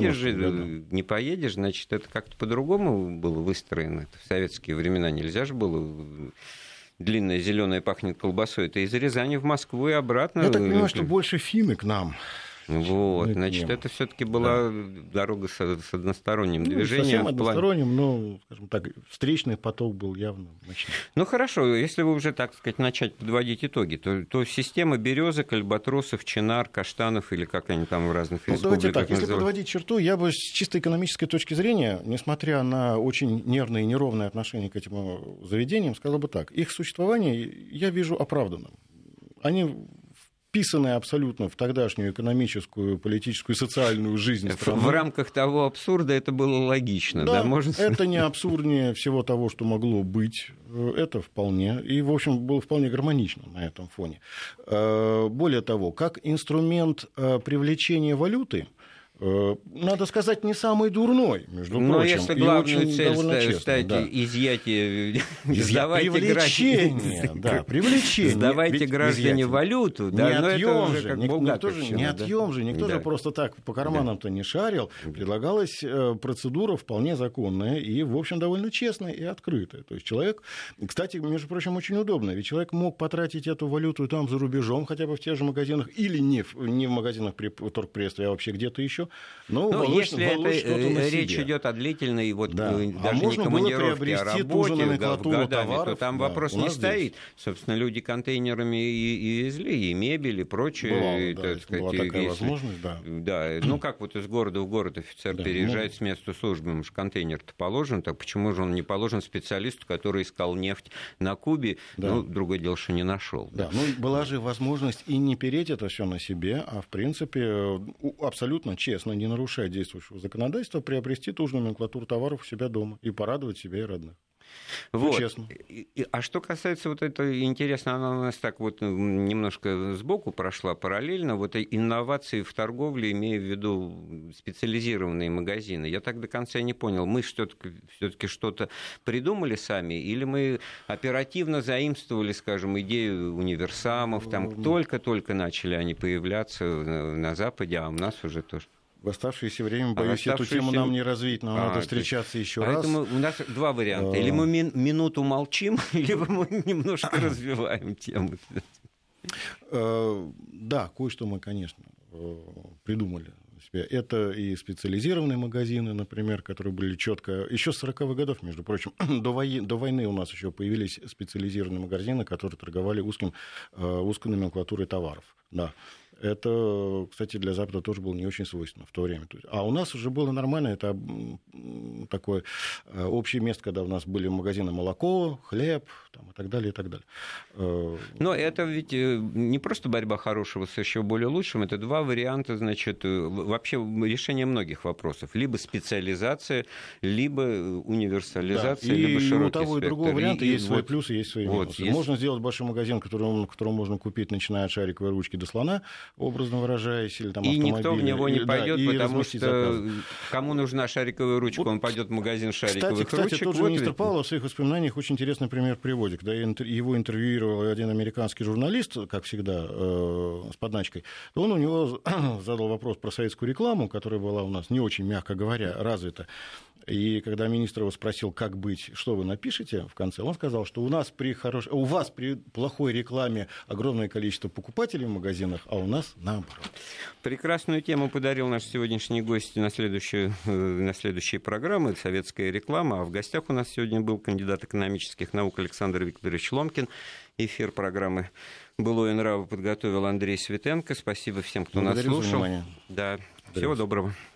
поедешь, значит, это как-то по-другому было выстроено. В советские времена нельзя же было длинная зеленая пахнет колбасой. Это из Рязани в Москву и обратно. Я так понимаю, что больше финны к нам. Вот, значит, это все-таки была дорога с односторонним движением. Совсем односторонним, но, скажем так, встречный поток был явно мощнее. Ну хорошо, если вы уже, так сказать, начать подводить итоги, то система березок, альбатросов, чинар, каштанов или как они там в разных республиках давайте так, называют. если подводить черту, я бы с чисто экономической точки зрения, несмотря на очень нервное и неровное отношение к этим заведениям, сказал бы так: их существование я вижу оправданным. Они вписаны абсолютно в тогдашнюю экономическую, политическую и социальную жизнь страны. В рамках того абсурда это было логично. Да, можно... это не абсурднее всего того, что могло быть. Это вполне. И, в общем, было вполне гармонично на этом фоне. Более того, как инструмент привлечения валюты, надо сказать, не самый дурной, между прочим. Но если главную цель ставить изъятие, сдавайте привлечение. Сдавайте граждане валюту. Не отъем же, никто же просто так по карманам-то не шарил. Предлагалась процедура вполне законная и, в общем, довольно честная и открытая. То есть человек, кстати, между прочим, очень удобно, ведь человек мог потратить эту валюту там за рубежом, хотя бы в тех же магазинах, или не в магазинах при торгпредстве, а вообще где-то еще. Если речь идет о длительной, даже не командировке, а работе годами, то там вопрос не стоит. Собственно, люди контейнерами и везли, и мебель, и прочее. Была такая возможность, да. Ну, как вот из города в город офицер переезжает с места службы, ему же контейнер-то положен, так почему же он не положен специалисту, который искал нефть на Кубе? Ну, другое дело, что не нашел. Да, была же возможность и не переть это все на себе, а в принципе абсолютно честно, не нарушая действующего законодательства, приобрести ту же номенклатуру товаров у себя дома и порадовать себя и родных. Вот. Честно. А что касается вот этого, интересно, она у нас так вот немножко сбоку прошла параллельно, вот инновации в торговле, имея в виду специализированные магазины. Я так до конца и не понял, мы все-таки что-то придумали сами, или мы оперативно заимствовали, скажем, идею универсамов, там только-только начали они появляться на Западе, а у нас уже тоже. В оставшееся время, боюсь, эту тему нам не развить, нам надо встречаться еще раз. Поэтому у нас два варианта. Или мы минуту молчим, либо мы немножко развиваем тему. Да, кое-что мы, конечно, придумали себе. Это и специализированные магазины, например, которые были четко... Еще с 40-х годов, между прочим, до войны у нас еще появились специализированные магазины, которые торговали узкой номенклатурой товаров. Да. Это, кстати, для Запада тоже было не очень свойственно в то время. А у нас уже было нормально, это такое общее место, когда у нас были магазины молоко, хлеб там, и так далее, и так далее. Но это ведь не просто борьба хорошего с еще более лучшим, это два варианта, значит, вообще решение многих вопросов. Либо специализация, либо универсализация, да. либо широкий у того и другого варианта есть свои плюсы, есть свои минусы. Есть... Можно сделать большой магазин, в котором можно купить, начиная от шариковой ручки до слона, образно выражаясь, или там автомобиля. И никто в него не пойдет, да, потому что заказы. Кому нужна шариковая ручка, он пойдет в магазин шариковых ручек. Кстати, тот же министр Павлов в своих воспоминаниях очень интересный пример приводит. Когда его интервьюировал один американский журналист, как всегда, с подначкой, то он у него задал вопрос про советскую рекламу, которая была у нас не очень, мягко говоря, развита. И когда министр его спросил, как быть, что вы напишете в конце, он сказал, что у вас при плохой рекламе огромное количество покупателей в магазинах, а у нас наоборот. Прекрасную тему подарил наш сегодняшний гость на следующие программы «Советская реклама». А в гостях у нас сегодня был кандидат экономических наук Александр Викторович Ломкин. Эфир программы «Былое нравы» подготовил Андрей Светенко. Спасибо всем, кто нас слушал. За внимание. Да. Всего доброго.